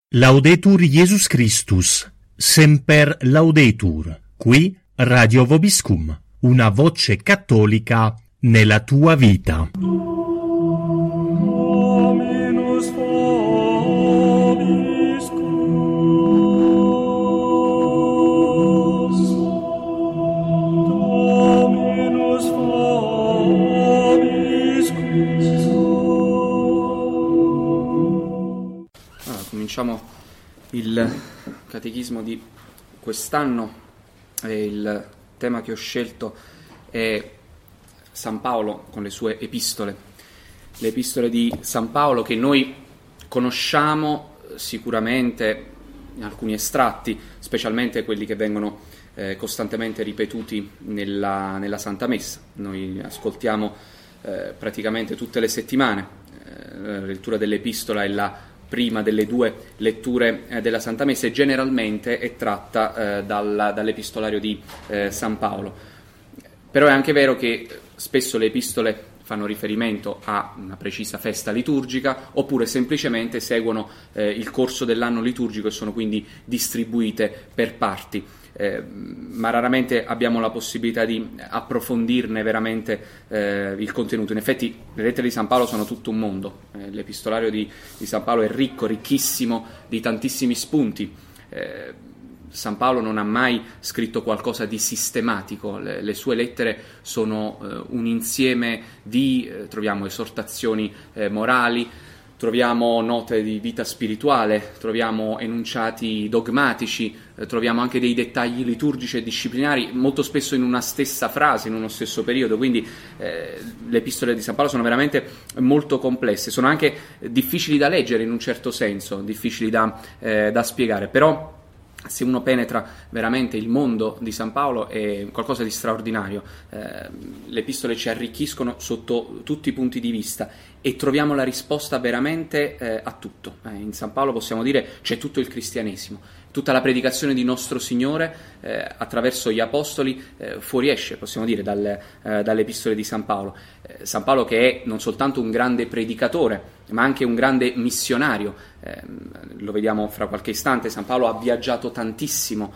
Laudetur Jesus Christus, semper laudetur, qui Radio Vobiscum, una voce cattolica nella tua vita. Dominus vobiscus, Dominus vobiscus. Cominciamo il catechismo di quest'anno e il tema che ho scelto è San Paolo con le sue epistole. Le epistole di San Paolo che noi conosciamo sicuramente in alcuni estratti, specialmente quelli che vengono costantemente ripetuti nella Santa Messa. Noi ascoltiamo praticamente tutte le settimane. La lettura dell'epistola è la prima delle due letture della Santa Messa e generalmente è tratta dall'epistolario di San Paolo. Però è anche vero che spesso le epistole fanno riferimento a una precisa festa liturgica oppure semplicemente seguono il corso dell'anno liturgico e sono quindi distribuite per parti. Ma raramente abbiamo la possibilità di approfondirne veramente il contenuto. In effetti le lettere di San Paolo sono tutto un mondo. L'epistolario di San Paolo è ricchissimo di tantissimi spunti. San Paolo non ha mai scritto qualcosa di sistematico. Le sue lettere sono un insieme troviamo esortazioni morali, troviamo note di vita spirituale, troviamo enunciati dogmatici, troviamo anche dei dettagli liturgici e disciplinari, molto spesso in una stessa frase, in uno stesso periodo, quindi le epistole di San Paolo sono veramente molto complesse, sono anche difficili da leggere in un certo senso, difficili da spiegare, però se uno penetra veramente il mondo di San Paolo è qualcosa di straordinario. Le epistole ci arricchiscono sotto tutti i punti di vista e troviamo la risposta veramente a tutto. In San Paolo possiamo dire c'è tutto il cristianesimo, tutta la predicazione di nostro Signore attraverso gli apostoli fuoriesce, possiamo dire, dalle epistole di San Paolo. San Paolo che è non soltanto un grande predicatore, ma anche un grande missionario. Lo vediamo fra qualche istante. San Paolo ha viaggiato tantissimo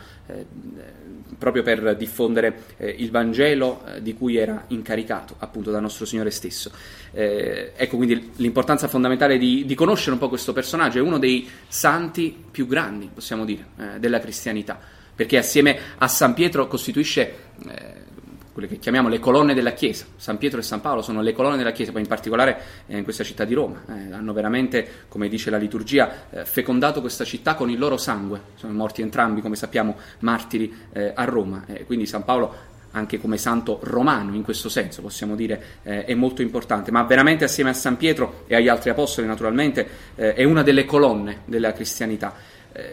proprio per diffondere il Vangelo di cui era incaricato appunto da nostro Signore stesso. Ecco quindi l'importanza fondamentale di conoscere un po' questo personaggio. È uno dei santi più grandi, possiamo dire, della cristianità, perché assieme a San Pietro costituisce quelle che chiamiamo le colonne della Chiesa. San Pietro e San Paolo sono le colonne della Chiesa, poi in particolare in questa città di Roma. Hanno veramente, come dice la liturgia, fecondato questa città con il loro sangue. Sono morti entrambi, come sappiamo, martiri a Roma. Quindi San Paolo, anche come santo romano in questo senso, possiamo dire, è molto importante. Ma veramente assieme a San Pietro e agli altri apostoli, naturalmente, è una delle colonne della cristianità.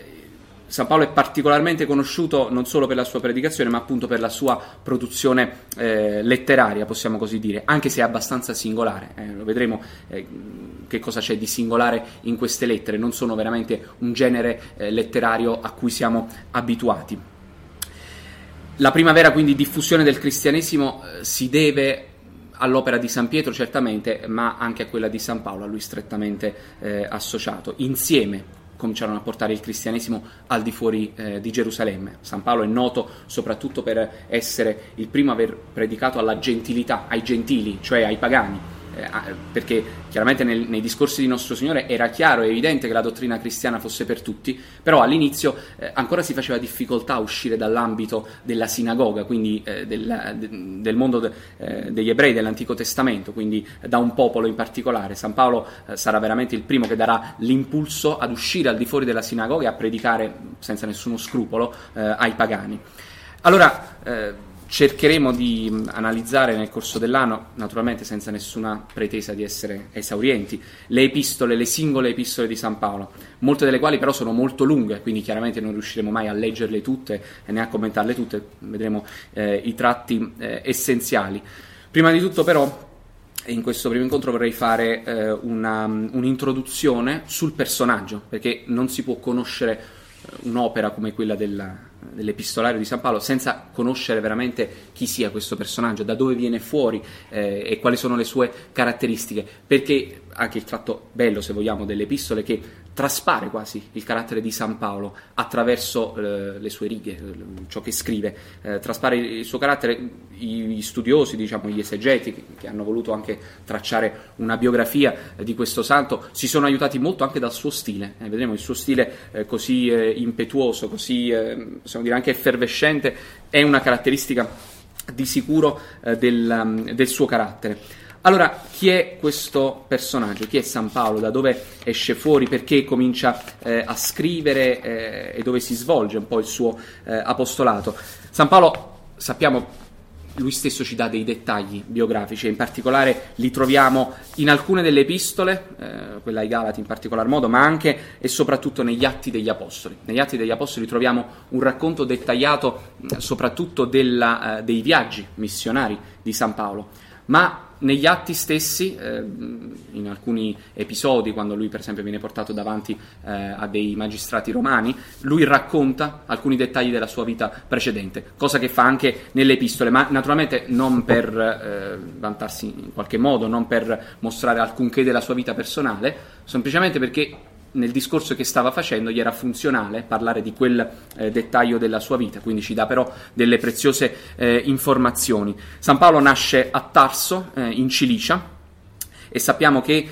San Paolo è particolarmente conosciuto non solo per la sua predicazione, ma appunto per la sua produzione letteraria, possiamo così dire, anche se è abbastanza singolare. Lo vedremo che cosa c'è di singolare in queste lettere, non sono veramente un genere letterario a cui siamo abituati. La prima vera quindi diffusione del cristianesimo si deve all'opera di San Pietro certamente, ma anche a quella di San Paolo, a lui strettamente associato. Insieme cominciarono a portare il cristianesimo al di fuori di Gerusalemme. San Paolo è noto soprattutto per essere il primo a aver predicato alla gentilità, ai gentili, cioè ai pagani, perché chiaramente nei discorsi di nostro Signore era chiaro e evidente che la dottrina cristiana fosse per tutti, però all'inizio ancora si faceva difficoltà a uscire dall'ambito della sinagoga, quindi del mondo degli ebrei dell'Antico Testamento, quindi da un popolo in particolare. San Paolo sarà veramente il primo che darà l'impulso ad uscire al di fuori della sinagoga e a predicare senza nessuno scrupolo ai pagani. Allora cercheremo di analizzare nel corso dell'anno, naturalmente senza nessuna pretesa di essere esaurienti, le singole epistole di San Paolo, molte delle quali però sono molto lunghe, quindi chiaramente non riusciremo mai a leggerle tutte e né a commentarle tutte, vedremo i tratti essenziali. Prima di tutto però, in questo primo incontro vorrei fare un'introduzione sul personaggio, perché non si può conoscere un'opera come quella dell'epistolario di San Paolo senza conoscere veramente chi sia questo personaggio, da dove viene fuori e quali sono le sue caratteristiche, perché anche il tratto bello, se vogliamo, delle epistole che traspare quasi il carattere di San Paolo attraverso le sue righe, ciò che scrive, traspare il suo carattere. Gli studiosi, diciamo gli esegeti che hanno voluto anche tracciare una biografia di questo santo si sono aiutati molto anche dal suo stile, vedremo il suo stile così impetuoso, così possiamo dire anche effervescente, è una caratteristica di sicuro del suo carattere. Allora, chi è questo personaggio? Chi è San Paolo? Da dove esce fuori? Perché comincia a scrivere e dove si svolge un po' il suo apostolato? San Paolo, sappiamo, lui stesso ci dà dei dettagli biografici, e in particolare li troviamo in alcune delle epistole, quella ai Galati in particolar modo, ma anche e soprattutto negli Atti degli Apostoli. Negli Atti degli Apostoli troviamo un racconto dettagliato soprattutto dei viaggi missionari di San Paolo, ma negli atti stessi, in alcuni episodi, quando lui per esempio viene portato davanti a dei magistrati romani, lui racconta alcuni dettagli della sua vita precedente, cosa che fa anche nelle epistole, ma naturalmente non per vantarsi in qualche modo, non per mostrare alcunché della sua vita personale, semplicemente perché nel discorso che stava facendo gli era funzionale parlare di quel dettaglio della sua vita, quindi ci dà però delle preziose informazioni. San Paolo nasce a Tarso, in Cilicia, e sappiamo che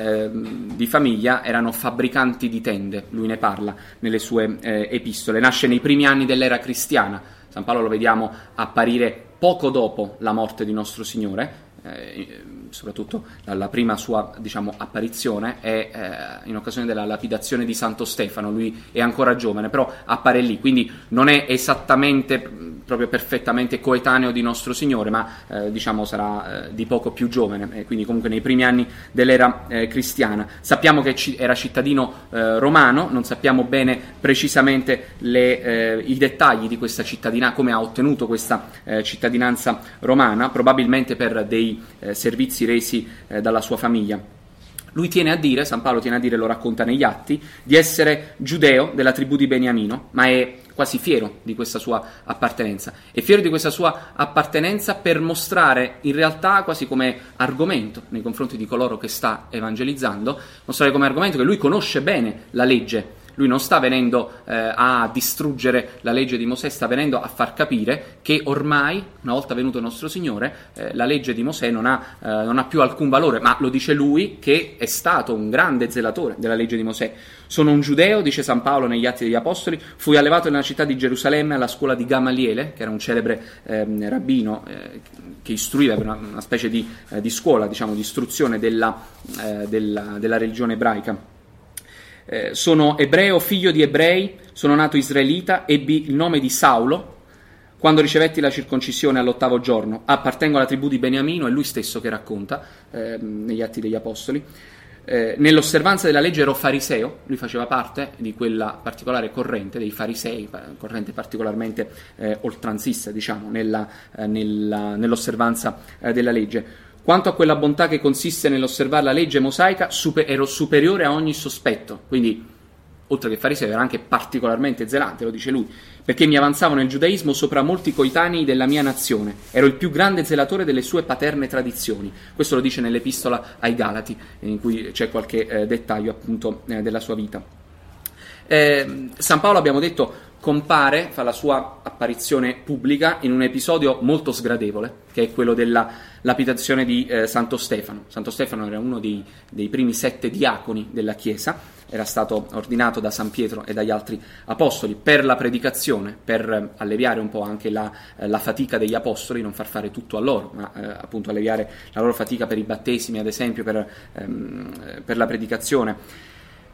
di famiglia erano fabbricanti di tende, lui ne parla nelle sue epistole. Nasce nei primi anni dell'era cristiana. San Paolo lo vediamo apparire poco dopo la morte di nostro Signore, soprattutto la prima sua, diciamo, apparizione è in occasione della lapidazione di Santo Stefano. Lui è ancora giovane, però appare lì, quindi non è esattamente proprio perfettamente coetaneo di nostro Signore, ma diciamo sarà di poco più giovane, quindi comunque nei primi anni dell'era cristiana. Sappiamo che era cittadino romano, non sappiamo bene precisamente i dettagli di questa cittadinanza, come ha ottenuto questa cittadinanza romana, probabilmente per dei servizi resi dalla sua famiglia. Lui tiene a dire, San Paolo tiene a dire, lo racconta negli Atti, di essere giudeo della tribù di Beniamino, ma è quasi fiero di questa sua appartenenza. È fiero di questa sua appartenenza per mostrare in realtà quasi come argomento nei confronti di coloro che sta evangelizzando, mostrare come argomento che lui conosce bene la legge. Lui non sta venendo a distruggere la legge di Mosè, sta venendo a far capire che ormai, una volta venuto il nostro Signore, la legge di Mosè non ha più alcun valore, ma lo dice lui che è stato un grande zelatore della legge di Mosè. Sono un giudeo, dice San Paolo negli Atti degli Apostoli, fui allevato nella città di Gerusalemme alla scuola di Gamaliele, che era un celebre rabbino che istruiva per una specie di scuola, diciamo, di istruzione della religione ebraica. Sono ebreo, figlio di ebrei, sono nato israelita, ebbi il nome di Saulo quando ricevetti la circoncisione all'8° giorno. Appartengo alla tribù di Beniamino, è lui stesso che racconta negli Atti degli Apostoli. Nell'osservanza della legge ero fariseo, lui faceva parte di quella particolare corrente dei farisei, corrente particolarmente oltranzista, diciamo, nell'osservanza della legge. Quanto a quella bontà che consiste nell'osservare la legge mosaica, ero superiore a ogni sospetto. Quindi, oltre che fariseo, era anche particolarmente zelante, lo dice lui, perché mi avanzavo nel giudaismo sopra molti coetanei della mia nazione. Ero il più grande zelatore delle sue paterne tradizioni. Questo lo dice nell'epistola ai Galati, in cui c'è qualche dettaglio appunto della sua vita. San Paolo, abbiamo detto, compare, fa la sua apparizione pubblica in un episodio molto sgradevole, che è quello della lapidazione di Santo Stefano. Santo Stefano era uno dei primi 7 diaconi della Chiesa, era stato ordinato da San Pietro e dagli altri apostoli per la predicazione, per alleviare un po' anche la fatica degli apostoli, non far fare tutto a loro, ma appunto alleviare la loro fatica per i battesimi, ad esempio, per la predicazione.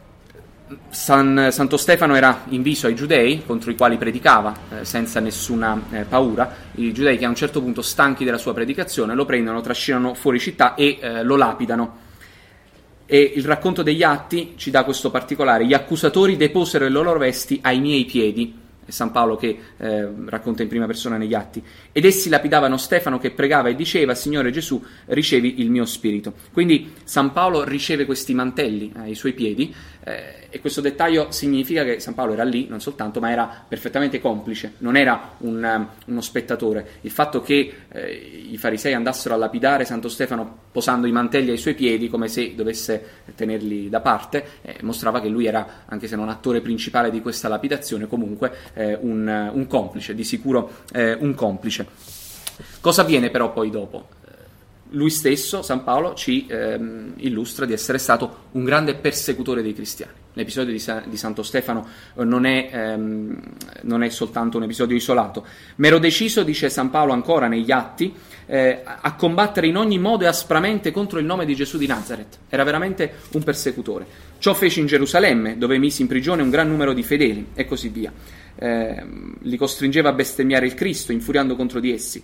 Santo Stefano era inviso ai giudei, contro i quali predicava senza nessuna paura. I giudei, che a un certo punto, stanchi della sua predicazione, lo prendono, lo trascinano fuori città e lo lapidano. E il racconto degli Atti ci dà questo particolare: gli accusatori deposero le loro vesti ai miei piedi. È San Paolo che racconta in prima persona negli Atti. Ed essi lapidavano Stefano, che pregava e diceva: Signore Gesù, ricevi il mio spirito. Quindi San Paolo riceve questi mantelli ai suoi piedi, E questo dettaglio significa che San Paolo era lì, non soltanto, ma era perfettamente complice, non era uno spettatore. Il fatto che i farisei andassero a lapidare Santo Stefano posando i mantelli ai suoi piedi, come se dovesse tenerli da parte, mostrava che lui era, anche se non attore principale di questa lapidazione, comunque un complice, di sicuro un complice. Cosa avviene però poi dopo? Lui stesso, San Paolo, ci illustra di essere stato un grande persecutore dei cristiani. L'episodio di Santo Stefano non è soltanto un episodio isolato. M'ero deciso, dice San Paolo ancora negli Atti, a combattere in ogni modo e aspramente contro il nome di Gesù di Nazaret. Era veramente un persecutore. Ciò feci in Gerusalemme, dove misi in prigione un gran numero di fedeli, e così via. Li costringeva a bestemmiare il Cristo, infuriando contro di essi.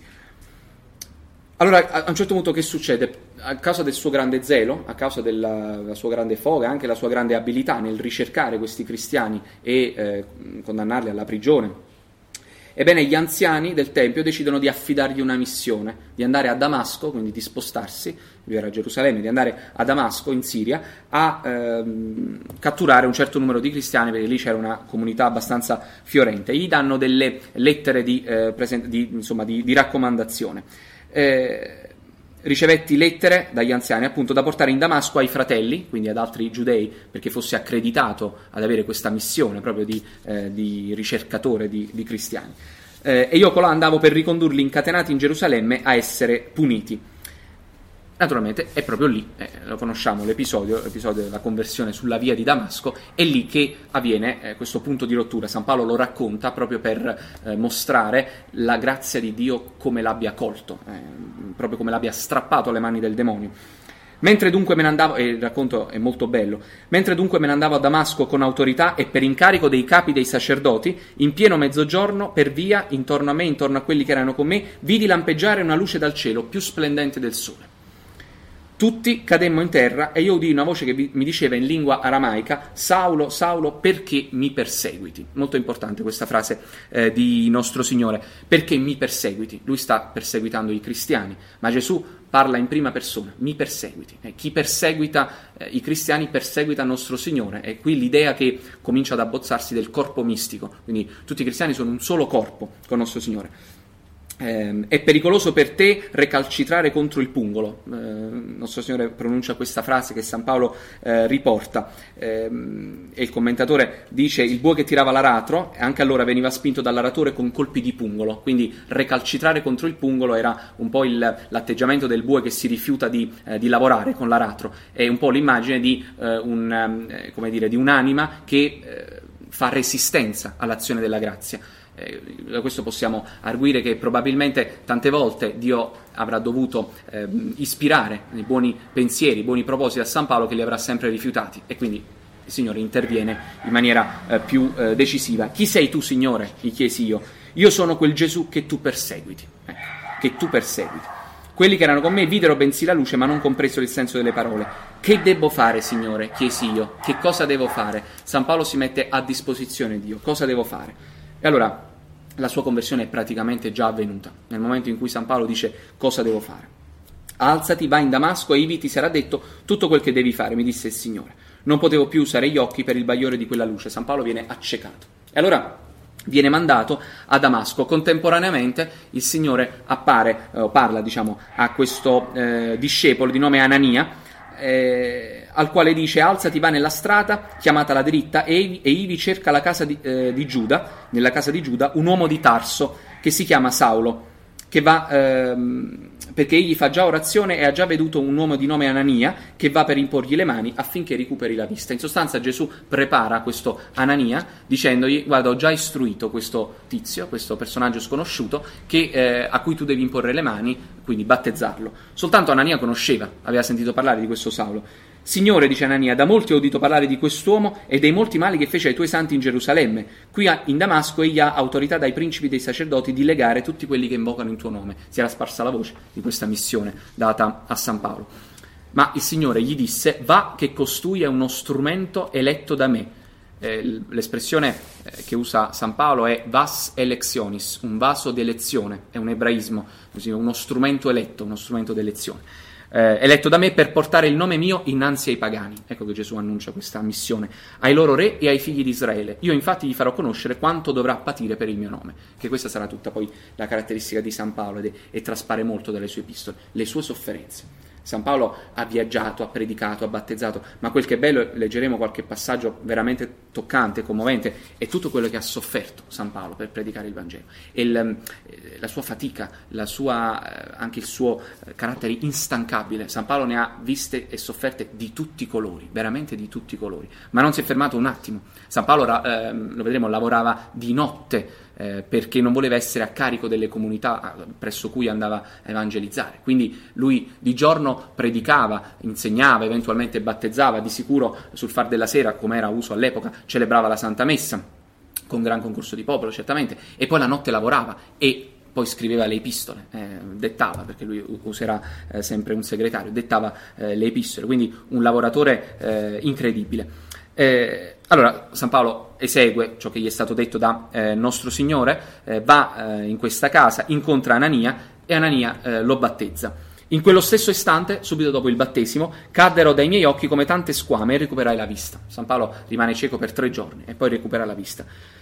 Allora, a un certo punto che succede? A causa del suo grande zelo, a causa della sua grande foga, anche la sua grande abilità nel ricercare questi cristiani e condannarli alla prigione, ebbene gli anziani del Tempio decidono di affidargli una missione, di andare a Damasco, quindi di spostarsi, lui era a Gerusalemme, di andare a Damasco in Siria a catturare un certo numero di cristiani, perché lì c'era una comunità abbastanza fiorente. Gli danno delle lettere di raccomandazione. Ricevetti lettere dagli anziani appunto da portare in Damasco ai fratelli, quindi ad altri giudei, perché fosse accreditato ad avere questa missione proprio di ricercatore di cristiani, e io colà andavo per ricondurli incatenati in Gerusalemme a essere puniti. Naturalmente è proprio lì, lo conosciamo, l'episodio della conversione sulla via di Damasco, è lì che avviene questo punto di rottura. San Paolo lo racconta proprio per mostrare la grazia di Dio come l'abbia colto, proprio come l'abbia strappato alle mani del demonio. Mentre dunque me ne andavo, e il racconto è molto bello, mentre dunque me ne andavo a Damasco con autorità e per incarico dei capi dei sacerdoti, in pieno mezzogiorno, per via, intorno a me, intorno a quelli che erano con me, vidi lampeggiare una luce dal cielo più splendente del sole. Tutti cademmo in terra e io udii una voce che mi diceva in lingua aramaica: Saulo, Saulo, perché mi perseguiti? Molto importante questa frase di nostro Signore. Perché mi perseguiti? Lui sta perseguitando i cristiani, ma Gesù parla in prima persona: mi perseguiti. Chi perseguita i cristiani perseguita nostro Signore. E qui l'idea che comincia ad abbozzarsi del corpo mistico, quindi tutti i cristiani sono un solo corpo con nostro Signore. È pericoloso per te recalcitrare contro il pungolo. Nostro Signore pronuncia questa frase che San Paolo riporta, e il commentatore dice: il bue che tirava l'aratro anche allora veniva spinto dall'aratore con colpi di pungolo, quindi recalcitrare contro il pungolo era un po' l'atteggiamento del bue che si rifiuta di lavorare con l'aratro. È un po' l'immagine di un'anima che fa resistenza all'azione della grazia. Da questo possiamo arguire che probabilmente tante volte Dio avrà dovuto ispirare i buoni pensieri, i buoni propositi a San Paolo, che li avrà sempre rifiutati, e quindi il Signore interviene in maniera più decisiva. Chi sei tu, Signore? Gli chiesi io. Io sono quel Gesù che tu perseguiti. Che tu perseguiti. Quelli che erano con me videro bensì la luce, ma non compresero il senso delle parole. Che debbo fare, Signore? Chiesi io. Che cosa devo fare? San Paolo si mette a disposizione di Dio. Cosa devo fare? E allora la sua conversione è praticamente già avvenuta, nel momento in cui San Paolo dice: cosa devo fare? Alzati, vai in Damasco e ivi ti sarà detto tutto quel che devi fare, mi disse il Signore. Non potevo più usare gli occhi per il bagliore di quella luce. San Paolo viene accecato. E allora viene mandato a Damasco. Contemporaneamente il Signore parla a questo discepolo di nome Anania, al quale dice: alzati, va nella strada chiamata la dritta e ivi cerca la casa di Giuda, nella casa di Giuda, un uomo di Tarso che si chiama Saulo, che va perché egli fa già orazione e ha già veduto un uomo di nome Anania che va per imporgli le mani affinché recuperi la vista. In sostanza Gesù prepara questo Anania dicendogli: guarda, ho già istruito questo tizio, questo personaggio sconosciuto a cui tu devi imporre le mani, quindi battezzarlo. Soltanto Anania conosceva, aveva sentito parlare di questo Saulo. Signore, dice Anania, da molti ho udito parlare di quest'uomo e dei molti mali che fece ai tuoi santi in Gerusalemme. Qui in Damasco egli ha autorità dai principi dei sacerdoti di legare tutti quelli che invocano il tuo nome. Si era sparsa la voce di questa missione data a San Paolo. Ma il Signore gli disse: va, che costui è uno strumento eletto da me. L'espressione che usa San Paolo è vas electionis, un vaso d'elezione, è un ebraismo, così, uno strumento eletto, uno strumento d'elezione. eletto da me per portare il nome mio innanzi ai pagani. Ecco che Gesù annuncia questa missione ai loro re e ai figli di Israele. Io infatti gli farò conoscere quanto dovrà patire per il mio nome, che questa sarà tutta poi la caratteristica di San Paolo e traspare molto dalle sue epistole, le sue sofferenze. San Paolo ha viaggiato, ha predicato, ha battezzato, ma quel che è bello, leggeremo qualche passaggio veramente toccante, commovente, è tutto quello che ha sofferto San Paolo per predicare il Vangelo. E la sua fatica, anche il suo carattere instancabile. San Paolo ne ha viste e sofferte di tutti i colori, veramente di tutti i colori, ma non si è fermato un attimo. San Paolo, lo vedremo, lavorava di notte, perché non voleva essere a carico delle comunità presso cui andava a evangelizzare. Quindi lui di giorno predicava, insegnava, eventualmente battezzava, di sicuro sul far della sera, come era uso all'epoca, celebrava la Santa Messa, con gran concorso di popolo certamente, e poi la notte lavorava e poi scriveva le epistole, dettava, perché lui userà sempre un segretario, dettava le epistole, quindi un lavoratore incredibile. Allora San Paolo esegue ciò che gli è stato detto da nostro Signore, va in questa casa, incontra Anania e Anania lo battezza. In quello stesso istante, subito dopo il battesimo, caddero dai miei occhi come tante squame e recuperai la vista. San Paolo rimane cieco per 3 giorni e poi recupera la vista.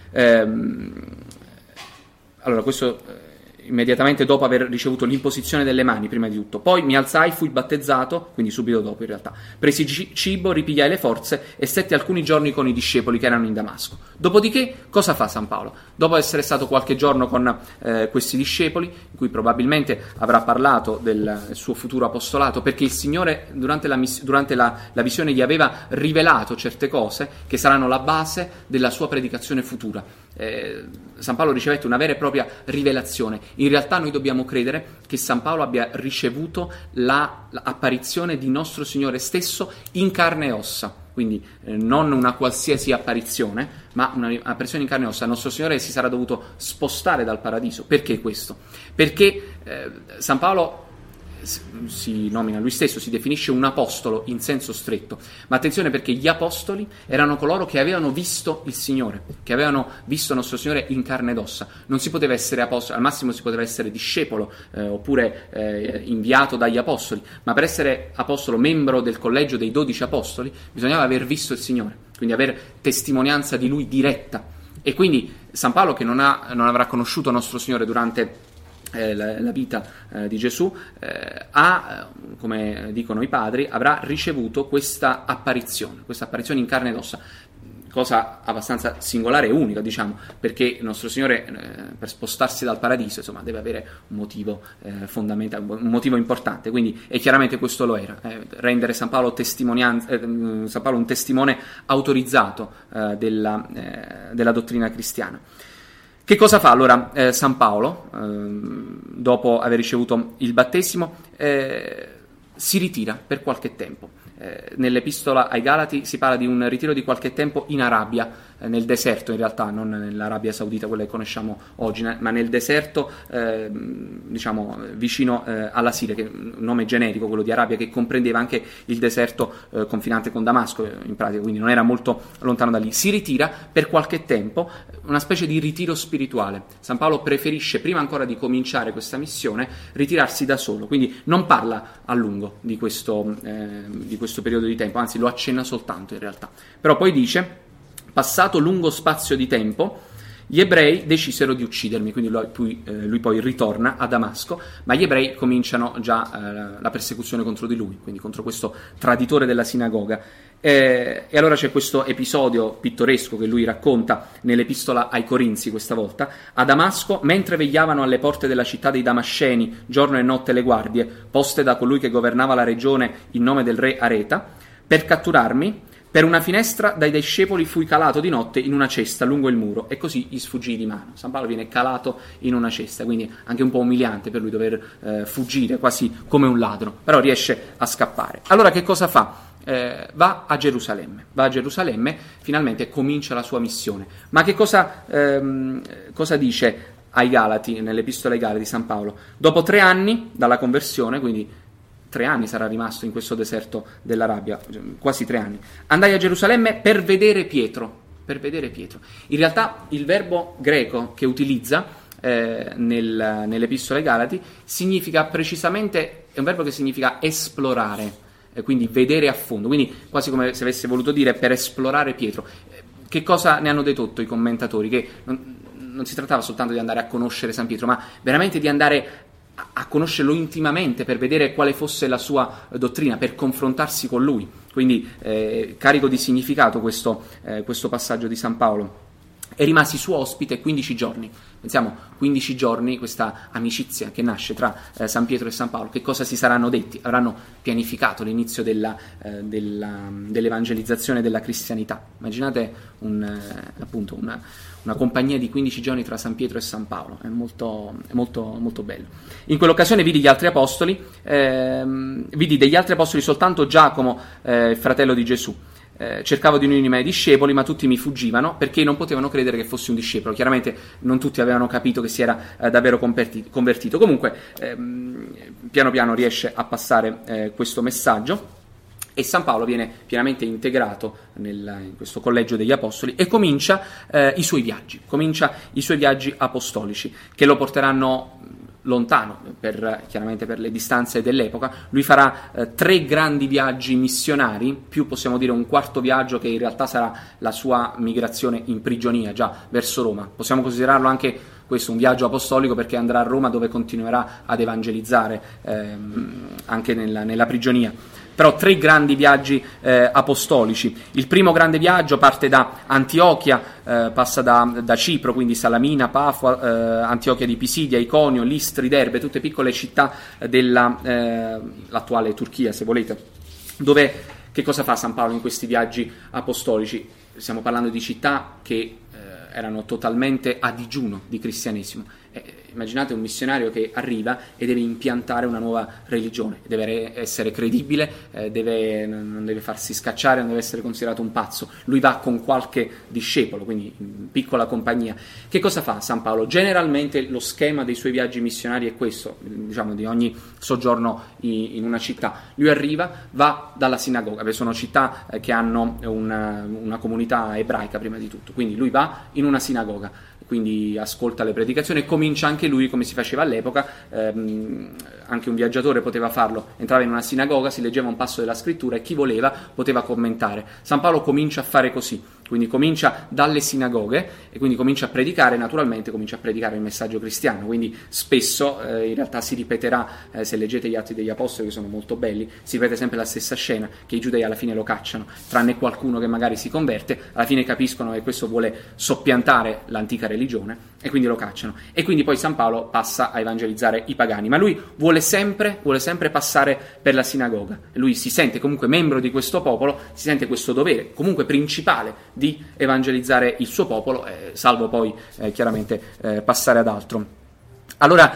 Allora questo immediatamente dopo aver ricevuto l'imposizione delle mani, prima di tutto. Poi mi alzai, fui battezzato, quindi subito dopo in realtà. Presi cibo, ripigliai le forze e stetti alcuni giorni con i discepoli che erano in Damasco. Dopodiché, cosa fa San Paolo? Dopo essere stato qualche giorno con questi discepoli, in cui probabilmente avrà parlato del suo futuro apostolato, perché il Signore durante la visione gli aveva rivelato certe cose che saranno la base della sua predicazione futura. San Paolo ricevette una vera e propria rivelazione. In realtà noi dobbiamo credere che San Paolo abbia ricevuto l'apparizione di nostro Signore stesso in carne e ossa, quindi non una qualsiasi apparizione, ma un'apparizione in carne e ossa. Nostro Signore si sarà dovuto spostare dal paradiso. Perché questo? Perché San Paolo si nomina lui stesso, si definisce un apostolo in senso stretto, ma attenzione, perché gli apostoli erano coloro che avevano visto il Signore, che avevano visto nostro Signore in carne ed ossa. Non si poteva essere apostolo, al massimo si poteva essere discepolo oppure inviato dagli apostoli, ma per essere apostolo, membro del collegio dei 12 apostoli, bisognava aver visto il Signore, quindi avere testimonianza di Lui diretta. E quindi San Paolo, che non avrà conosciuto nostro Signore durante la vita di Gesù, come dicono i padri, avrà ricevuto questa apparizione in carne ed ossa, cosa abbastanza singolare e unica, diciamo, perché il nostro Signore per spostarsi dal paradiso, insomma, deve avere un motivo fondamentale, un motivo importante, quindi e chiaramente questo lo era, rendere San Paolo un testimone autorizzato della dottrina cristiana. Che cosa fa allora San Paolo dopo aver ricevuto il battesimo? Si ritira per qualche tempo. Nell'epistola ai Galati si parla di un ritiro di qualche tempo in Arabia, nel deserto in realtà, non nell'Arabia Saudita, quella che conosciamo oggi, ma nel deserto diciamo vicino alla Siria, che è un nome generico, quello di Arabia, che comprendeva anche il deserto confinante con Damasco in pratica, quindi non era molto lontano da lì. Si ritira per qualche tempo, una specie di ritiro spirituale. San Paolo preferisce, prima ancora di cominciare questa missione, ritirarsi da solo, quindi non parla a lungo di questo periodo di tempo, anzi lo accenna soltanto in realtà. Però poi dice: passato lungo spazio di tempo, gli ebrei decisero di uccidermi, quindi lui poi ritorna a Damasco, ma gli ebrei cominciano già la persecuzione contro di lui, quindi contro questo traditore della sinagoga. E allora c'è questo episodio pittoresco che lui racconta nell'epistola ai Corinzi questa volta. A Damasco, mentre vegliavano alle porte della città dei Damasceni giorno e notte le guardie, poste da colui che governava la regione in nome del re Areta, per catturarmi, per una finestra dai discepoli fui calato di notte in una cesta lungo il muro e così gli sfuggii di mano. San Paolo viene calato in una cesta, quindi anche un po' umiliante per lui dover fuggire quasi come un ladro, però riesce a scappare. Allora che cosa fa? Va a Gerusalemme, finalmente comincia la sua missione. Ma che cosa dice ai Galati, nell'epistola ai Galati San Paolo? Dopo 3 anni dalla conversione, quindi 3 anni sarà rimasto in questo deserto dell'Arabia, quasi 3 anni, andai a Gerusalemme per vedere Pietro. In realtà il verbo greco che utilizza nell'Epistola ai Galati, significa precisamente, è un verbo che significa esplorare, quindi vedere a fondo, quindi quasi come se avesse voluto dire per esplorare Pietro. Che cosa ne hanno dedotto i commentatori? Che non si trattava soltanto di andare a conoscere San Pietro, ma veramente di andare a conoscerlo intimamente per vedere quale fosse la sua dottrina, per confrontarsi con lui. Quindi carico di significato questo passaggio di San Paolo. E rimasi suo ospite 15 giorni. Pensiamo, 15 giorni, questa amicizia che nasce tra San Pietro e San Paolo. Che cosa si saranno detti? Avranno pianificato l'inizio dell'evangelizzazione della cristianità. Immaginate una compagnia di 15 giorni tra San Pietro e San Paolo. È molto, molto, molto bello. In quell'occasione vidi degli altri apostoli soltanto Giacomo, fratello di Gesù. Cercavo di unirmi ai miei discepoli, ma tutti mi fuggivano perché non potevano credere che fossi un discepolo. Chiaramente non tutti avevano capito che si era davvero convertito. Comunque piano piano riesce a passare questo messaggio e San Paolo viene pienamente integrato in questo collegio degli apostoli e comincia i suoi viaggi apostolici che lo porteranno lontano, chiaramente per le distanze dell'epoca. Lui farà 3 grandi viaggi missionari, più possiamo dire un quarto viaggio che in realtà sarà la sua migrazione in prigionia, già verso Roma. Possiamo considerarlo anche questo un viaggio apostolico perché andrà a Roma, dove continuerà ad evangelizzare anche nella prigionia. Però 3 grandi viaggi apostolici. Il primo grande viaggio parte da Antiochia, passa da Cipro, quindi Salamina, Pafua, Antiochia di Pisidia, Iconio, Listri, Derbe, tutte piccole città dell'attuale Turchia, se volete. Dove, che cosa fa San Paolo in questi viaggi apostolici? Stiamo parlando di città che erano totalmente a digiuno di cristianesimo. Immaginate un missionario che arriva e deve impiantare una nuova religione, deve essere credibile, non deve farsi scacciare, non deve essere considerato un pazzo. Lui va con qualche discepolo, quindi in piccola compagnia. Che cosa fa San Paolo? Generalmente lo schema dei suoi viaggi missionari è questo, diciamo di ogni soggiorno in una città. Lui arriva, va dalla sinagoga, perché sono città che hanno una comunità ebraica prima di tutto, quindi lui va in una sinagoga, quindi ascolta le predicazioni e comincia anche lui, come si faceva all'epoca, anche un viaggiatore poteva farlo, entrava in una sinagoga, si leggeva un passo della scrittura e chi voleva poteva commentare. San Paolo comincia a fare così, quindi comincia dalle sinagoghe e quindi comincia a predicare, naturalmente comincia a predicare il messaggio cristiano, quindi spesso in realtà si ripeterà, se leggete gli Atti degli Apostoli che sono molto belli, si ripete sempre la stessa scena, che i giudei alla fine lo cacciano, tranne qualcuno che magari si converte, alla fine capiscono che questo vuole soppiantare l'antica religione e quindi lo cacciano. E quindi poi San Paolo passa a evangelizzare i pagani, ma lui vuole sempre passare per la sinagoga. Lui si sente comunque membro di questo popolo, si sente questo dovere comunque principale di evangelizzare il suo popolo, salvo poi chiaramente passare ad altro. Allora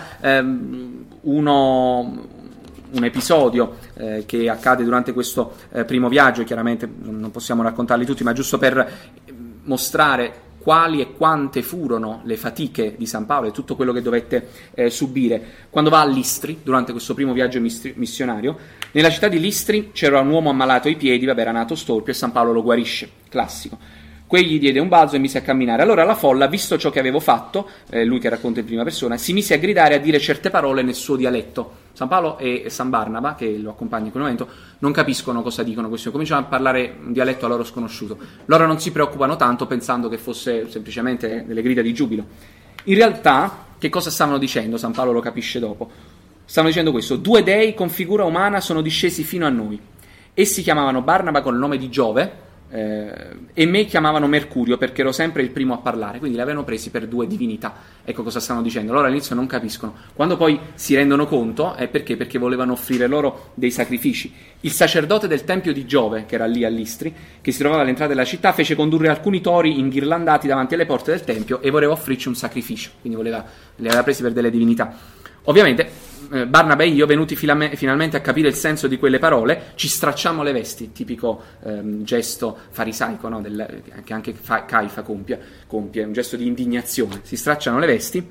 un episodio che accade durante questo primo viaggio, chiaramente non possiamo raccontarli tutti, ma giusto per mostrare quali e quante furono le fatiche di San Paolo e tutto quello che dovette subire. Quando va a Listri, durante questo primo viaggio missionario, nella città di Listri c'era un uomo ammalato ai piedi, era nato storpio, e San Paolo lo guarisce, classico. Quegli diede un balzo e mise a camminare. Allora la folla, visto ciò che avevo fatto, lui che racconta in prima persona, si mise a gridare e a dire certe parole nel suo dialetto. San Paolo e San Barnaba, che lo accompagna in quel momento, non capiscono cosa dicono questi, cominciano a parlare un dialetto a loro sconosciuto. Loro non si preoccupano tanto, pensando che fosse semplicemente delle grida di giubilo. In realtà, che cosa stavano dicendo? San Paolo lo capisce dopo. Stavano dicendo questo: 2 dei con figura umana sono discesi fino a noi. Essi chiamavano Barnaba col nome di Giove, e me chiamavano Mercurio perché ero sempre il primo a parlare, quindi li avevano presi per 2 divinità. Ecco cosa stanno dicendo. Loro all'inizio non capiscono, quando poi si rendono conto è perché volevano offrire loro dei sacrifici. Il sacerdote del tempio di Giove, che era lì a Listri, che si trovava all'entrata della città, fece condurre alcuni tori inghirlandati davanti alle porte del tempio e voleva offrirci un sacrificio, quindi li aveva presi per delle divinità. Ovviamente Barnaba e io, venuti finalmente a capire il senso di quelle parole, ci stracciamo le vesti, tipico gesto farisaico, no? Che anche Caifa compie, un gesto di indignazione. Si stracciano le vesti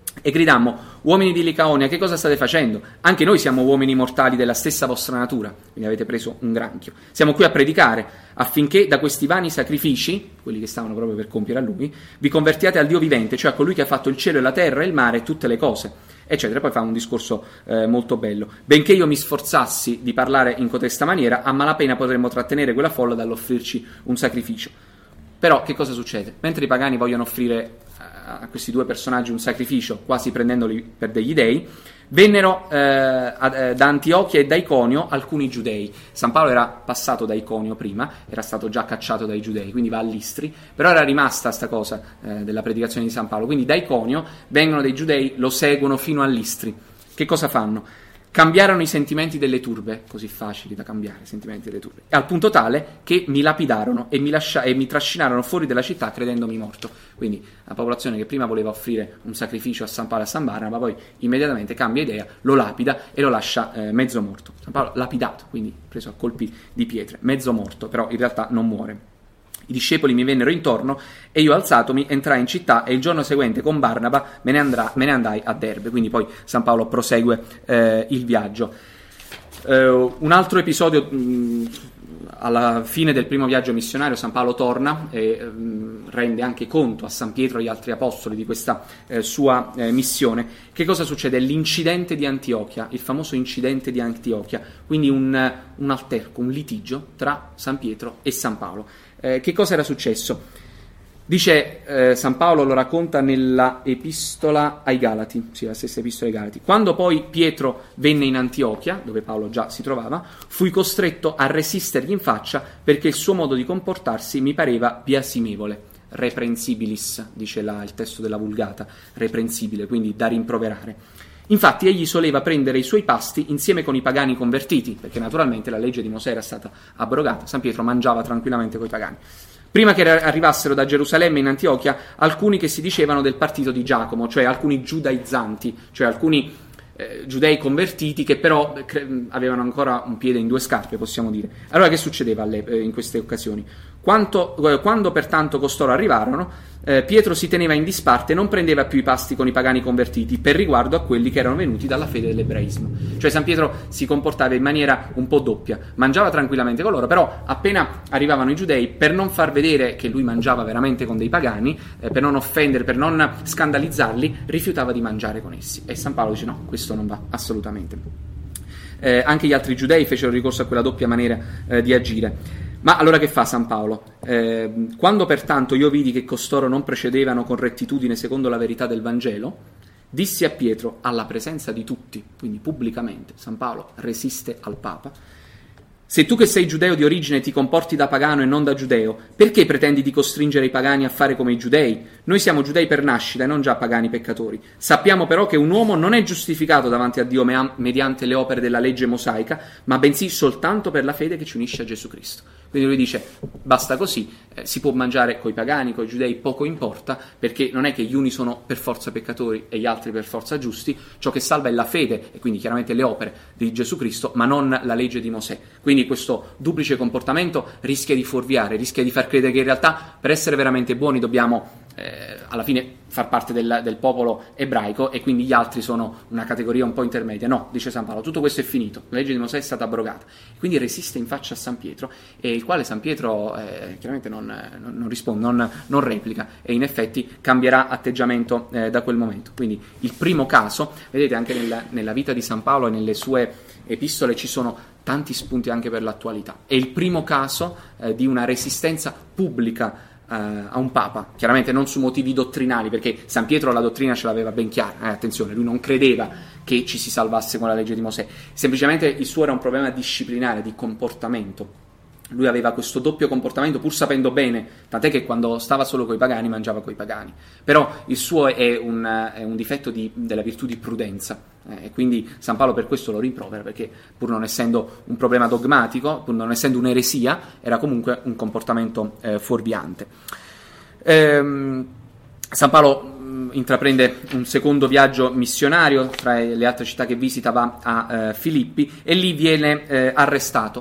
E gridammo: uomini di Licaonia, che cosa state facendo? Anche noi siamo uomini mortali della stessa vostra natura, quindi avete preso un granchio. Siamo qui a predicare affinché da questi vani sacrifici, quelli che stavano proprio per compiere a lui, vi convertiate al Dio vivente, cioè a colui che ha fatto il cielo e la terra e il mare e tutte le cose, eccetera. Poi fa un discorso molto bello. Benché io mi sforzassi di parlare in cotesta maniera, a malapena potremmo trattenere quella folla dall'offrirci un sacrificio. Però che cosa succede? Mentre i pagani vogliono offrire a questi due personaggi un sacrificio, quasi prendendoli per degli dei, vennero da Antiochia e da Iconio alcuni giudei. San Paolo era passato da Iconio prima, era stato già cacciato dai giudei, quindi va a Listri, però era rimasta sta cosa della predicazione di San Paolo, quindi da Iconio vengono dei giudei, lo seguono fino a Listri. Che cosa fanno? Cambiarono i sentimenti delle turbe, così facili da cambiare i sentimenti delle turbe, al punto tale che mi lapidarono e mi trascinarono fuori della città credendomi morto. Quindi la popolazione che prima voleva offrire un sacrificio a San Paolo e a San Barnaba poi immediatamente cambia idea, lo lapida e lo lascia mezzo morto. San Paolo lapidato, quindi preso a colpi di pietre, mezzo morto, però in realtà non muore. I discepoli mi vennero intorno e io, alzatomi, entrai in città e il giorno seguente con Barnaba me ne andai a Derbe. Quindi poi San Paolo prosegue il viaggio. Un altro episodio, alla fine del primo viaggio missionario San Paolo torna e rende anche conto a San Pietro e agli altri apostoli di questa sua missione. Che cosa succede? L'incidente di Antiochia, il famoso incidente di Antiochia, quindi un alterco, un litigio tra San Pietro e San Paolo. Che cosa era successo? Dice San Paolo, lo racconta nella epistola ai Galati, sì, la stessa epistola ai Galati. Quando poi Pietro venne in Antiochia, dove Paolo già si trovava, fui costretto a resistergli in faccia perché il suo modo di comportarsi mi pareva biasimevole. Reprensibilis, dice il testo della Vulgata, reprensibile, quindi da rimproverare. Infatti egli soleva prendere i suoi pasti insieme con i pagani convertiti, perché naturalmente la legge di Mosè era stata abrogata. San Pietro mangiava tranquillamente coi pagani. Prima che arrivassero da Gerusalemme in Antiochia alcuni che si dicevano del partito di Giacomo, cioè alcuni giudaizzanti, cioè alcuni giudei convertiti che però avevano ancora un piede in due scarpe, possiamo dire. Allora che succedeva in queste occasioni? Quando pertanto costoro arrivarono, Pietro si teneva in disparte e non prendeva più i pasti con i pagani convertiti per riguardo a quelli che erano venuti dalla fede dell'ebraismo. Cioè San Pietro si comportava in maniera un po' doppia, mangiava tranquillamente con loro, però appena arrivavano i giudei, per non far vedere che lui mangiava veramente con dei pagani, per non offendere, per non scandalizzarli, rifiutava di mangiare con essi. E San Paolo dice no, questo non va assolutamente. Anche gli altri giudei fecero ricorso a quella doppia maniera di agire. Ma allora che fa San Paolo? Quando pertanto io vidi che costoro non procedevano con rettitudine secondo la verità del Vangelo, dissi a Pietro alla presenza di tutti, quindi pubblicamente, San Paolo resiste al Papa: se tu che sei giudeo di origine ti comporti da pagano e non da giudeo, perché pretendi di costringere i pagani a fare come i giudei? Noi siamo giudei per nascita e non già pagani peccatori. Sappiamo però che un uomo non è giustificato davanti a Dio mediante le opere della legge mosaica, ma bensì soltanto per la fede che ci unisce a Gesù Cristo. Quindi lui dice, basta così, si può mangiare coi pagani, coi giudei, poco importa, perché non è che gli uni sono per forza peccatori e gli altri per forza giusti, ciò che salva è la fede, e quindi chiaramente le opere di Gesù Cristo, ma non la legge di Mosè. Quindi questo duplice comportamento rischia di fuorviare, rischia di far credere che in realtà per essere veramente buoni dobbiamo alla fine far parte del popolo ebraico e quindi gli altri sono una categoria un po' intermedia. No, dice San Paolo, tutto questo è finito, la legge di Mosè è stata abrogata. Quindi resiste in faccia a San Pietro, e il quale San Pietro chiaramente non risponde, non replica, e in effetti cambierà atteggiamento da quel momento. Quindi il primo caso, vedete anche nella vita di San Paolo e nelle sue epistole ci sono tanti spunti anche per l'attualità. È il primo caso di una resistenza pubblica a un papa, chiaramente non su motivi dottrinali, perché San Pietro la dottrina ce l'aveva ben chiara, attenzione, lui non credeva che ci si salvasse con la legge di Mosè, semplicemente il suo era un problema disciplinare, di comportamento. Lui aveva questo doppio comportamento pur sapendo bene, tant'è che quando stava solo coi pagani mangiava coi pagani, però il suo è un difetto della virtù di prudenza, e quindi San Paolo per questo lo rimprovera, perché pur non essendo un problema dogmatico, pur non essendo un'eresia, era comunque un comportamento fuorviante. San Paolo intraprende un secondo viaggio missionario, tra le altre città che visita va a Filippi, e lì viene arrestato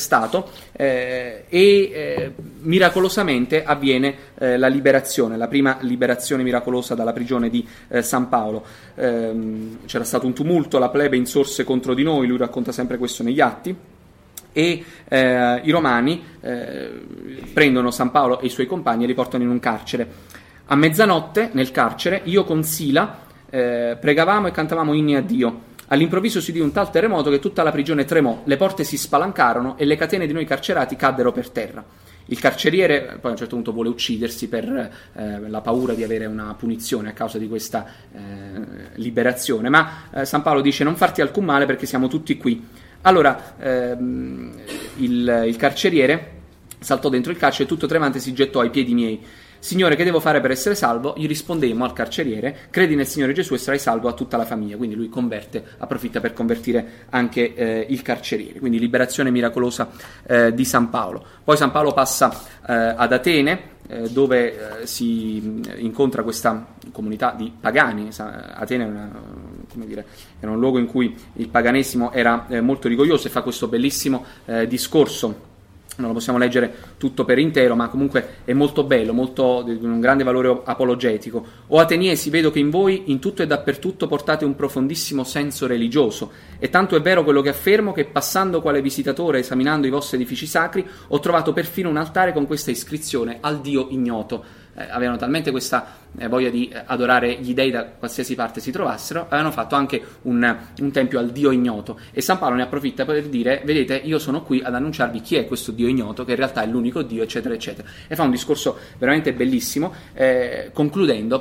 e miracolosamente avviene la liberazione, la prima liberazione miracolosa dalla prigione di San Paolo. C'era stato un tumulto, la plebe insorse contro di noi, lui racconta sempre questo negli Atti, e i romani prendono San Paolo e i suoi compagni e li portano in un carcere. A mezzanotte nel carcere io con Sila pregavamo e cantavamo inni a Dio. All'improvviso si udì un tal terremoto che tutta la prigione tremò, le porte si spalancarono e le catene di noi carcerati caddero per terra. Il carceriere poi a un certo punto vuole uccidersi per la paura di avere una punizione a causa di questa liberazione, ma San Paolo dice: non farti alcun male perché siamo tutti qui. Allora il carceriere saltò dentro il carcere e tutto tremante si gettò ai piedi miei. Signore, che devo fare per essere salvo? Gli rispondemmo al carceriere: credi nel Signore Gesù e sarai salvo a tutta la famiglia. Quindi lui approfitta per convertire anche il carceriere. Quindi liberazione miracolosa di San Paolo. Poi San Paolo passa ad Atene, dove si incontra questa comunità di pagani. Atene era un luogo in cui il paganesimo era molto rigoglioso, e fa questo bellissimo discorso. Non lo possiamo leggere tutto per intero, ma comunque è molto bello, di un grande valore apologetico. O ateniesi, vedo che in voi, in tutto e dappertutto, portate un profondissimo senso religioso. E tanto è vero quello che affermo, che passando quale visitatore, esaminando i vostri edifici sacri, ho trovato perfino un altare con questa iscrizione: al Dio ignoto. Avevano talmente questa voglia di adorare gli dei da qualsiasi parte si trovassero, avevano fatto anche un tempio al Dio ignoto, e San Paolo ne approfitta per dire: vedete, io sono qui ad annunciarvi chi è questo Dio ignoto, che in realtà è l'unico Dio, eccetera eccetera, e fa un discorso veramente bellissimo, concludendo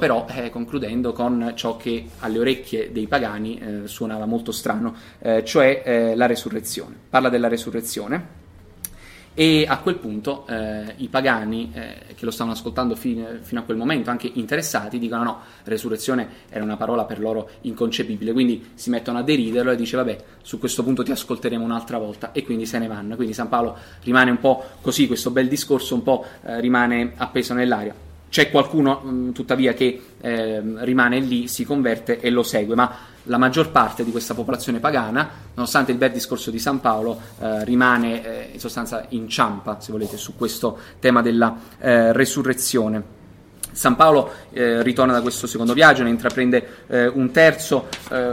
con ciò che alle orecchie dei pagani suonava molto strano, cioè la resurrezione. Parla della resurrezione. E a quel punto i pagani che lo stavano ascoltando fino a quel momento, anche interessati, dicono: no, resurrezione era una parola per loro inconcepibile, quindi si mettono a deriderlo e dice: vabbè, su questo punto ti ascolteremo un'altra volta, e quindi se ne vanno. Quindi San Paolo rimane un po' così, questo bel discorso un po' rimane appeso nell'aria. C'è qualcuno tuttavia che rimane lì, si converte e lo segue, ma la maggior parte di questa popolazione pagana, nonostante il bel discorso di San Paolo, rimane in sostanza inciampa, se volete, su questo tema della resurrezione. San Paolo ritorna da questo secondo viaggio, ne intraprende un terzo.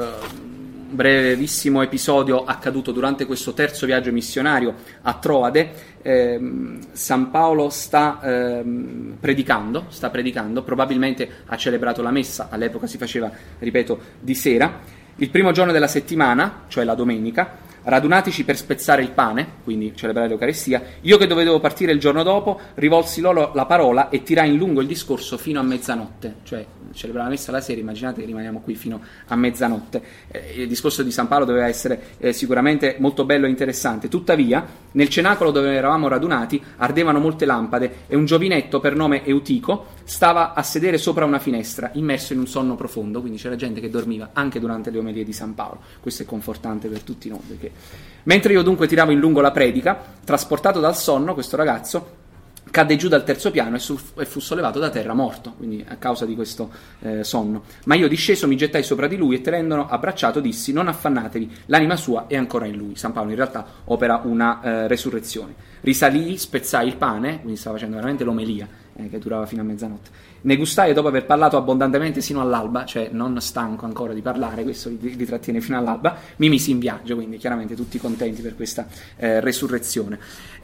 Brevissimo episodio accaduto durante questo terzo viaggio missionario a Troade. San Paolo sta predicando, probabilmente ha celebrato la messa, all'epoca si faceva, ripeto, di sera. Il primo giorno della settimana, cioè la domenica, radunatici per spezzare il pane, quindi celebrare l'Eucaristia, io che dovevo partire il giorno dopo, rivolsi loro la parola e tirai in lungo il discorso fino a mezzanotte, cioè celebrare la messa la sera, immaginate che rimaniamo qui fino a mezzanotte. Il discorso di San Paolo doveva essere sicuramente molto bello e interessante. Tuttavia, nel cenacolo dove eravamo radunati ardevano molte lampade e un giovinetto per nome Eutico stava a sedere sopra una finestra, immerso in un sonno profondo. Quindi c'era gente che dormiva anche durante le omelie di San Paolo. Questo è confortante per tutti noi, perché mentre io dunque tiravo in lungo la predica, trasportato dal sonno, questo ragazzo cadde giù dal terzo piano e fu sollevato da terra morto, quindi a causa di questo sonno. Ma io disceso mi gettai sopra di lui e tenendolo abbracciato dissi: non affannatevi, l'anima sua è ancora in lui. San Paolo in realtà opera una resurrezione. Risalii, spezzai il pane, quindi stava facendo veramente l'omelia che durava fino a mezzanotte. Ne gustai, e dopo aver parlato abbondantemente sino all'alba, cioè non stanco ancora di parlare, questo li trattiene fino all'alba, mi misi in viaggio, quindi chiaramente tutti contenti per questa resurrezione.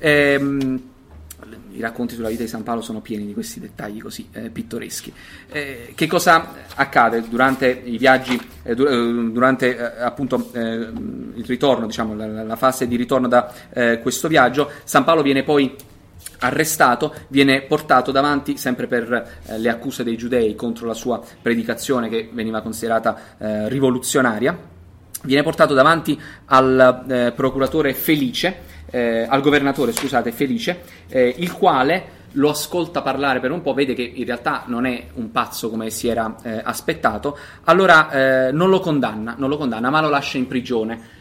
I racconti sulla vita di San Paolo sono pieni di questi dettagli così pittoreschi. Che cosa accade durante i viaggi, durante appunto il ritorno, diciamo la fase di ritorno da questo viaggio? San Paolo viene poi arrestato, viene portato davanti sempre per le accuse dei giudei contro la sua predicazione, che veniva considerata rivoluzionaria. Viene portato davanti al procuratore Felice, al governatore, scusate, Felice, il quale lo ascolta parlare per un po', vede che in realtà non è un pazzo come si era aspettato, allora non lo condanna, ma lo lascia in prigione.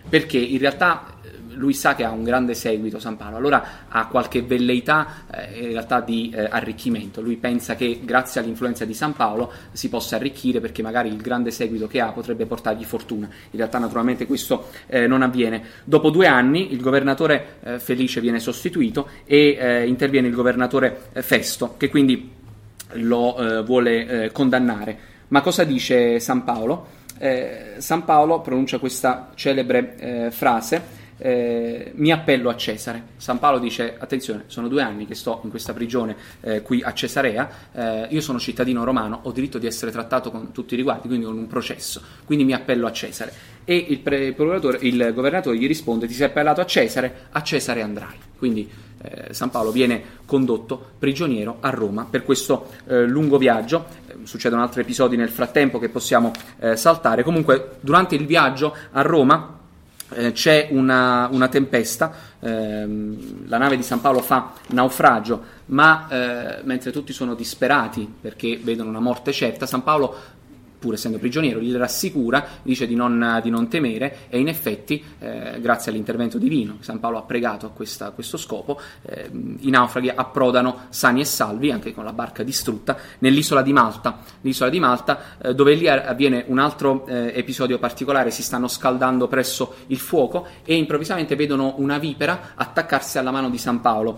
perché in realtà lui sa che ha un grande seguito San Paolo, allora ha qualche velleità in realtà di arricchimento. Lui pensa che grazie all'influenza di San Paolo si possa arricchire, perché magari il grande seguito che ha potrebbe portargli fortuna. In realtà naturalmente questo non avviene. Dopo 2 anni il governatore Felice viene sostituito e interviene il governatore Festo, che quindi lo vuole condannare. Ma cosa dice San Paolo? San Paolo pronuncia questa celebre frase: mi appello a Cesare. San Paolo dice: attenzione, sono 2 anni che sto in questa prigione qui a Cesarea, io sono cittadino romano, ho diritto di essere trattato con tutti i riguardi, quindi con un processo, quindi mi appello a Cesare. E il governatore gli risponde: ti sei appellato a Cesare andrai. Quindi San Paolo viene condotto prigioniero a Roma per questo lungo viaggio. Succedono altri episodi nel frattempo che possiamo saltare. Comunque durante il viaggio a Roma c'è una tempesta, la nave di San Paolo fa naufragio, ma mentre tutti sono disperati perché vedono una morte certa, San Paolo, pur essendo prigioniero, gli rassicura, dice di non temere, e in effetti grazie all'intervento divino, San Paolo ha pregato a questo scopo, i naufraghi approdano sani e salvi, anche con la barca distrutta, nell'isola di Malta, dove lì avviene un altro episodio particolare. Si stanno scaldando presso il fuoco e improvvisamente vedono una vipera attaccarsi alla mano di San Paolo,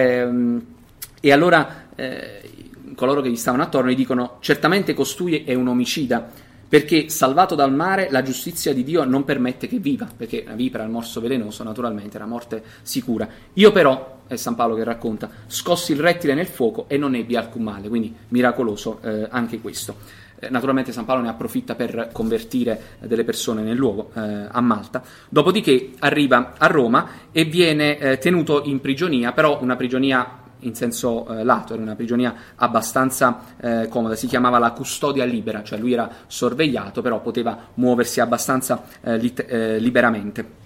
e allora coloro che gli stavano attorno gli dicono: certamente costui è un omicida, perché salvato dal mare la giustizia di Dio non permette che viva, perché la vipera, il morso velenoso, naturalmente era morte sicura. Io però, è San Paolo che racconta, scossi il rettile nel fuoco e non ebbi alcun male, quindi miracoloso anche questo. Naturalmente San Paolo ne approfitta per convertire delle persone nel luogo, a Malta. Dopodiché arriva a Roma e viene tenuto in prigionia, però una prigionia in senso lato, era una prigionia abbastanza comoda, si chiamava la custodia libera, cioè lui era sorvegliato, però poteva muoversi abbastanza liberamente.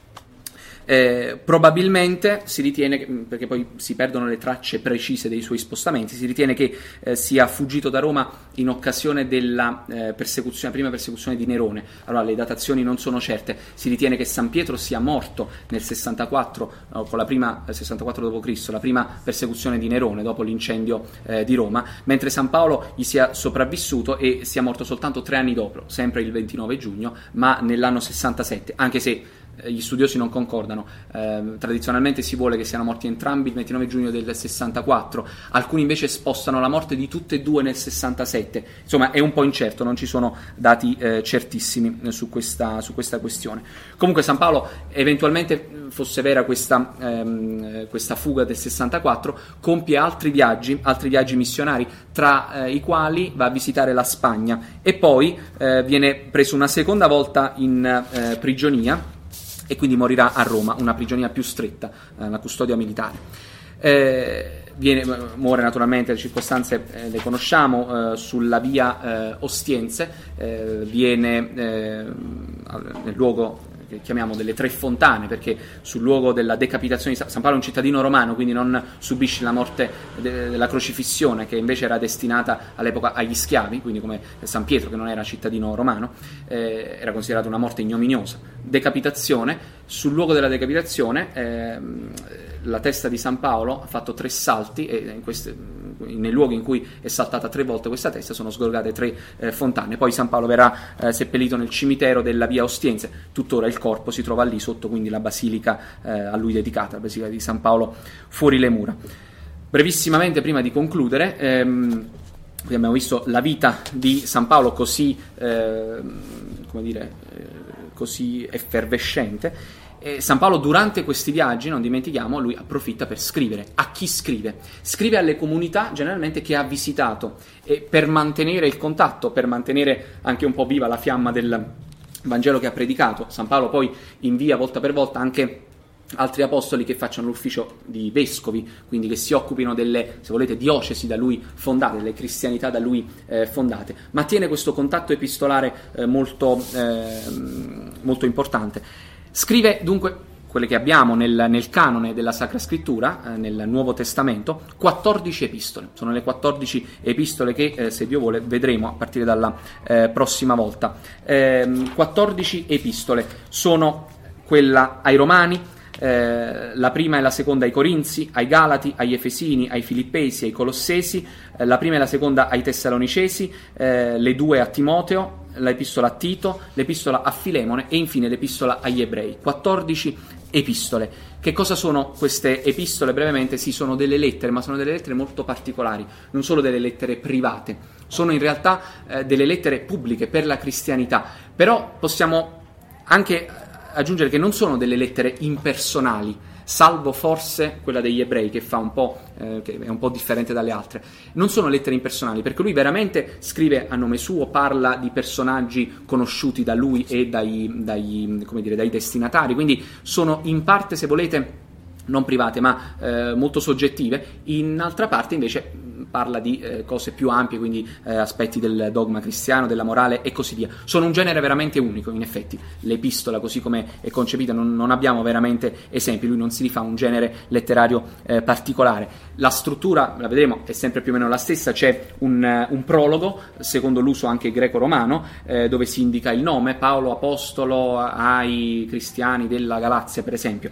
Probabilmente si ritiene, perché poi si perdono le tracce precise dei suoi spostamenti, si ritiene che sia fuggito da Roma in occasione della prima persecuzione di Nerone. Allora le datazioni non sono certe, si ritiene che San Pietro sia morto nel 64, con la prima 64 d.C., la prima persecuzione di Nerone dopo l'incendio di Roma, mentre San Paolo gli sia sopravvissuto e sia morto soltanto 3 anni dopo, sempre il 29 giugno, ma nell'anno 67, anche se gli studiosi non concordano. Tradizionalmente si vuole che siano morti entrambi il 29 giugno del 64, alcuni invece spostano la morte di tutte e due nel 67. Insomma, è un po' incerto, non ci sono dati certissimi su questa questione. Comunque San Paolo, eventualmente fosse vera questa fuga del 64, compie altri viaggi missionari, tra i quali va a visitare la Spagna e poi viene preso una seconda volta in prigionia e quindi morirà a Roma, una prigionia più stretta, la custodia militare. Muore naturalmente, le circostanze le conosciamo, sulla via Ostiense, viene nel luogo che chiamiamo delle 3 fontane, perché sul luogo della decapitazione di San Paolo è un cittadino romano, quindi non subisce la morte della crocifissione, che invece era destinata all'epoca agli schiavi, quindi come San Pietro, che non era cittadino romano, era considerata una morte ignominiosa. Decapitazione, sul luogo della decapitazione la testa di San Paolo ha fatto 3 salti e nel luogo in cui è saltata 3 volte questa testa sono sgorgate 3 fontane. Poi San Paolo verrà seppellito nel cimitero della via Ostiense, tuttora il corpo si trova lì sotto, quindi la basilica a lui dedicata, la basilica di San Paolo fuori le mura. Brevissimamente, prima di concludere, qui abbiamo visto la vita di San Paolo così così effervescente. San Paolo durante questi viaggi, non dimentichiamo, lui approfitta per scrivere. A chi scrive? Scrive alle comunità generalmente che ha visitato, e per mantenere il contatto, per mantenere anche un po' viva la fiamma del Vangelo che ha predicato. San Paolo poi invia volta per volta anche altri apostoli che facciano l'ufficio di vescovi, quindi che si occupino delle, se volete, diocesi da lui fondate, delle cristianità da lui fondate, ma tiene questo contatto epistolare molto importante. Scrive dunque quelle che abbiamo nel canone della Sacra Scrittura, nel Nuovo Testamento, 14 epistole. Sono le 14 epistole che, se Dio vuole, vedremo a partire dalla prossima volta. 14 epistole sono quella ai Romani, la prima e la seconda ai Corinzi, ai Galati, agli Efesini, ai Filippesi, ai Colossesi, la prima e la seconda ai Tessalonicesi, le due a Timoteo, l'epistola a Tito, l'epistola a Filemone e infine l'epistola agli Ebrei. 14 epistole. Che cosa sono queste epistole? Brevemente, sì, sono delle lettere, ma sono delle lettere molto particolari, non solo delle lettere private, sono in realtà delle lettere pubbliche per la cristianità, però possiamo anche aggiungere che non sono delle lettere impersonali, salvo forse quella degli Ebrei che fa che è un po' differente dalle altre. Non sono lettere impersonali perché lui veramente scrive a nome suo, parla di personaggi conosciuti da lui e dai destinatari, quindi sono in parte, se volete, non private ma molto soggettive, in altra parte invece parla di cose più ampie, quindi aspetti del dogma cristiano, della morale e così via. Sono un genere veramente unico, in effetti. L'epistola, così come è concepita, non abbiamo veramente esempi, lui non si rifà a un genere letterario particolare. La struttura, la vedremo, è sempre più o meno la stessa, c'è un prologo, secondo l'uso anche greco-romano, dove si indica il nome, Paolo apostolo ai cristiani della Galazia, per esempio.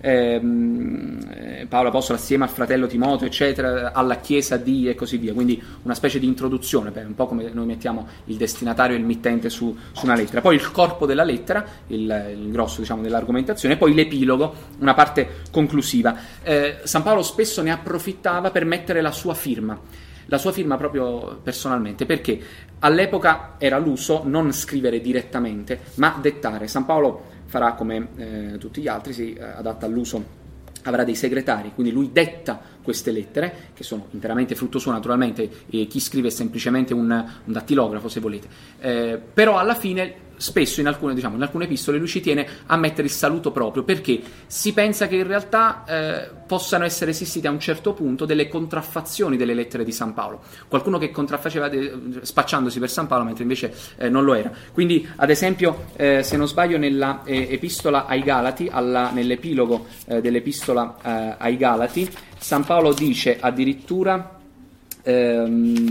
Paolo apostolo assieme al fratello Timoteo, eccetera, alla chiesa di e così via, quindi una specie di introduzione, un po' come noi mettiamo il destinatario e il mittente su una lettera, poi il corpo della lettera, il grosso, diciamo, dell'argomentazione, e poi l'epilogo, una parte conclusiva. San Paolo spesso ne approfittava per mettere la sua firma proprio personalmente, perché all'epoca era l'uso non scrivere direttamente ma dettare. San Paolo farà come tutti gli altri, si adatta all'uso, avrà dei segretari, quindi lui detta queste lettere, che sono interamente frutto suo naturalmente, e chi scrive è semplicemente un dattilografo, se volete, però alla fine spesso in alcune epistole lui ci tiene a mettere il saluto proprio, perché si pensa che in realtà possano essere esistite a un certo punto delle contraffazioni delle lettere di San Paolo, qualcuno che contraffaceva spacciandosi per San Paolo mentre invece non lo era. Quindi ad esempio se non sbaglio nella epistola ai Galati, nell'epilogo dell'epistola ai Galati, San Paolo dice addirittura no,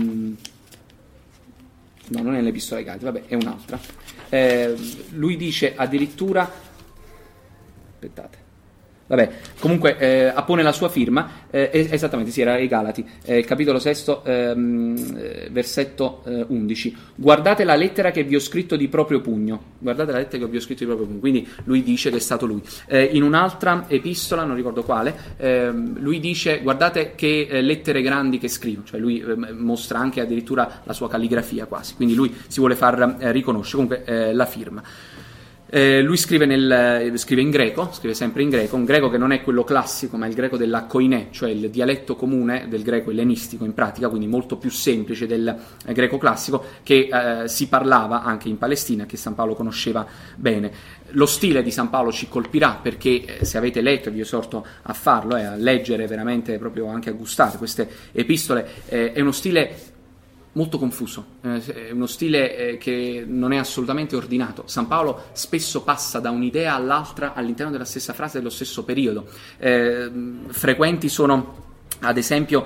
non è l'epistola ai Galati, vabbè, è un'altra. Lui dice addirittura, aspettate, vabbè, comunque appone la sua firma, esattamente, sì, era ai Galati, capitolo 6, versetto 11. Guardate la lettera che vi ho scritto di proprio pugno. Quindi lui dice che è stato lui. In un'altra epistola, non ricordo quale, lui dice guardate che lettere grandi che scrivo, cioè lui mostra anche addirittura la sua calligrafia quasi, quindi lui si vuole far riconoscere, comunque la firma. Lui scrive in greco, scrive sempre in greco, un greco che non è quello classico ma il greco della koiné, cioè il dialetto comune del greco ellenistico in pratica, quindi molto più semplice del greco classico, che si parlava anche in Palestina, che San Paolo conosceva bene. Lo stile di San Paolo ci colpirà perché se avete letto, vi esorto a farlo, a leggere veramente, proprio anche a gustare queste epistole, è uno stile molto confuso, è uno stile che non è assolutamente ordinato. San Paolo spesso passa da un'idea all'altra all'interno della stessa frase dello stesso periodo. Frequenti sono ad esempio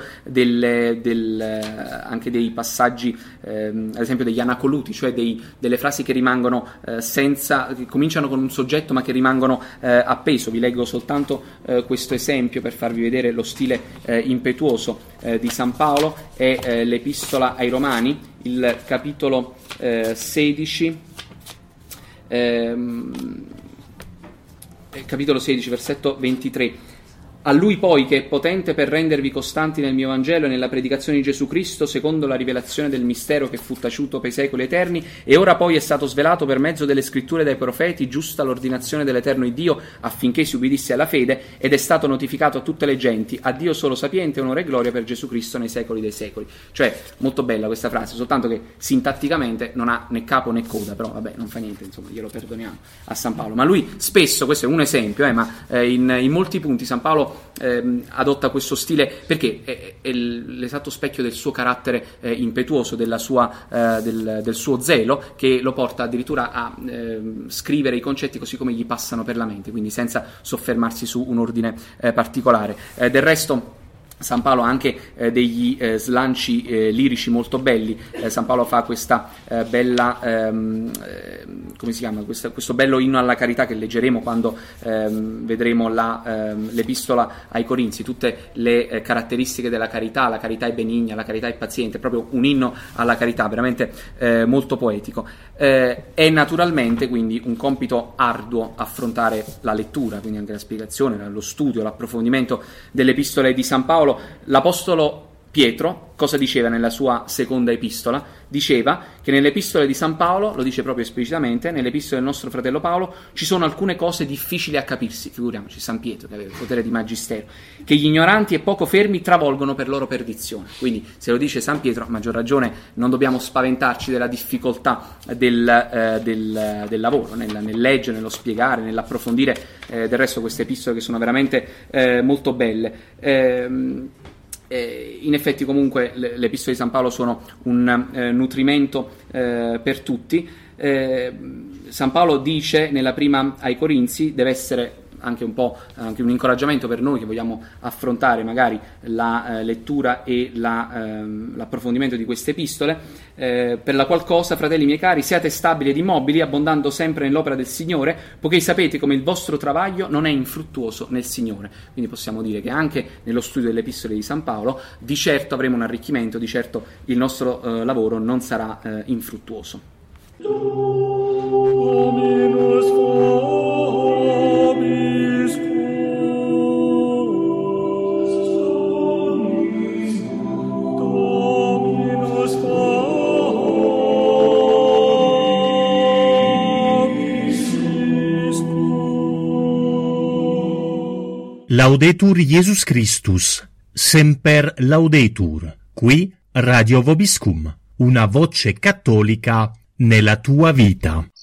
anche dei passaggi, ad esempio degli anacoluti, cioè delle frasi che rimangono che cominciano con un soggetto ma che rimangono appeso. Vi leggo soltanto questo esempio per farvi vedere lo stile impetuoso di San Paolo. È l'epistola ai Romani, il capitolo 16, versetto 23. A lui poi, che è potente per rendervi costanti nel mio Vangelo e nella predicazione di Gesù Cristo, secondo la rivelazione del mistero che fu taciuto per i secoli eterni, e ora poi è stato svelato per mezzo delle scritture e dai profeti, giusta l'ordinazione dell'eterno Iddio, affinché si ubbidisse alla fede, ed è stato notificato a tutte le genti, a Dio solo sapiente, onore e gloria per Gesù Cristo nei secoli dei secoli. Cioè, molto bella questa frase, soltanto che sintatticamente non ha né capo né coda, però vabbè, non fa niente, insomma, glielo perdoniamo a San Paolo. Ma lui spesso, questo è un esempio, ma in molti punti San Paolo adotta questo stile perché è l'esatto specchio del suo carattere impetuoso, del suo zelo, che lo porta addirittura a scrivere i concetti così come gli passano per la mente, quindi senza soffermarsi su un ordine particolare. Del resto San Paolo ha anche degli slanci lirici molto belli. San Paolo fa questa bella, come si chiama? Questo bello inno alla carità che leggeremo quando vedremo l'epistola ai Corinzi, tutte le caratteristiche della carità. La carità è benigna, la carità è paziente, proprio un inno alla carità, veramente molto poetico. È naturalmente quindi un compito arduo affrontare la lettura, quindi anche la spiegazione, lo studio, l'approfondimento delle epistole di San Paolo. L'Apostolo Pietro cosa diceva nella sua seconda epistola? Diceva che nelle epistole di San Paolo, lo dice proprio esplicitamente, nelle epistole del nostro fratello Paolo ci sono alcune cose difficili a capirsi, figuriamoci San Pietro che aveva il potere di magistero, che gli ignoranti e poco fermi travolgono per loro perdizione. Quindi se lo dice San Pietro, a maggior ragione non dobbiamo spaventarci della difficoltà del lavoro, nel leggere, nello spiegare, nell'approfondire del resto queste epistole che sono veramente molto belle. In effetti comunque le epistole di San Paolo sono un nutrimento per tutti. San Paolo dice nella prima ai Corinzi, deve essere anche un po' anche un incoraggiamento per noi che vogliamo affrontare magari la lettura e l'approfondimento di queste epistole, per la qual cosa, fratelli miei cari, siate stabili ed immobili, abbondando sempre nell'opera del Signore, poiché sapete come il vostro travaglio non è infruttuoso nel Signore. Quindi possiamo dire che anche nello studio delle epistole di San Paolo di certo avremo un arricchimento, di certo il nostro lavoro non sarà infruttuoso. Dominus Laudetur Jesus Christus, semper laudetur, qui Radio Vobiscum, una voce cattolica nella tua vita.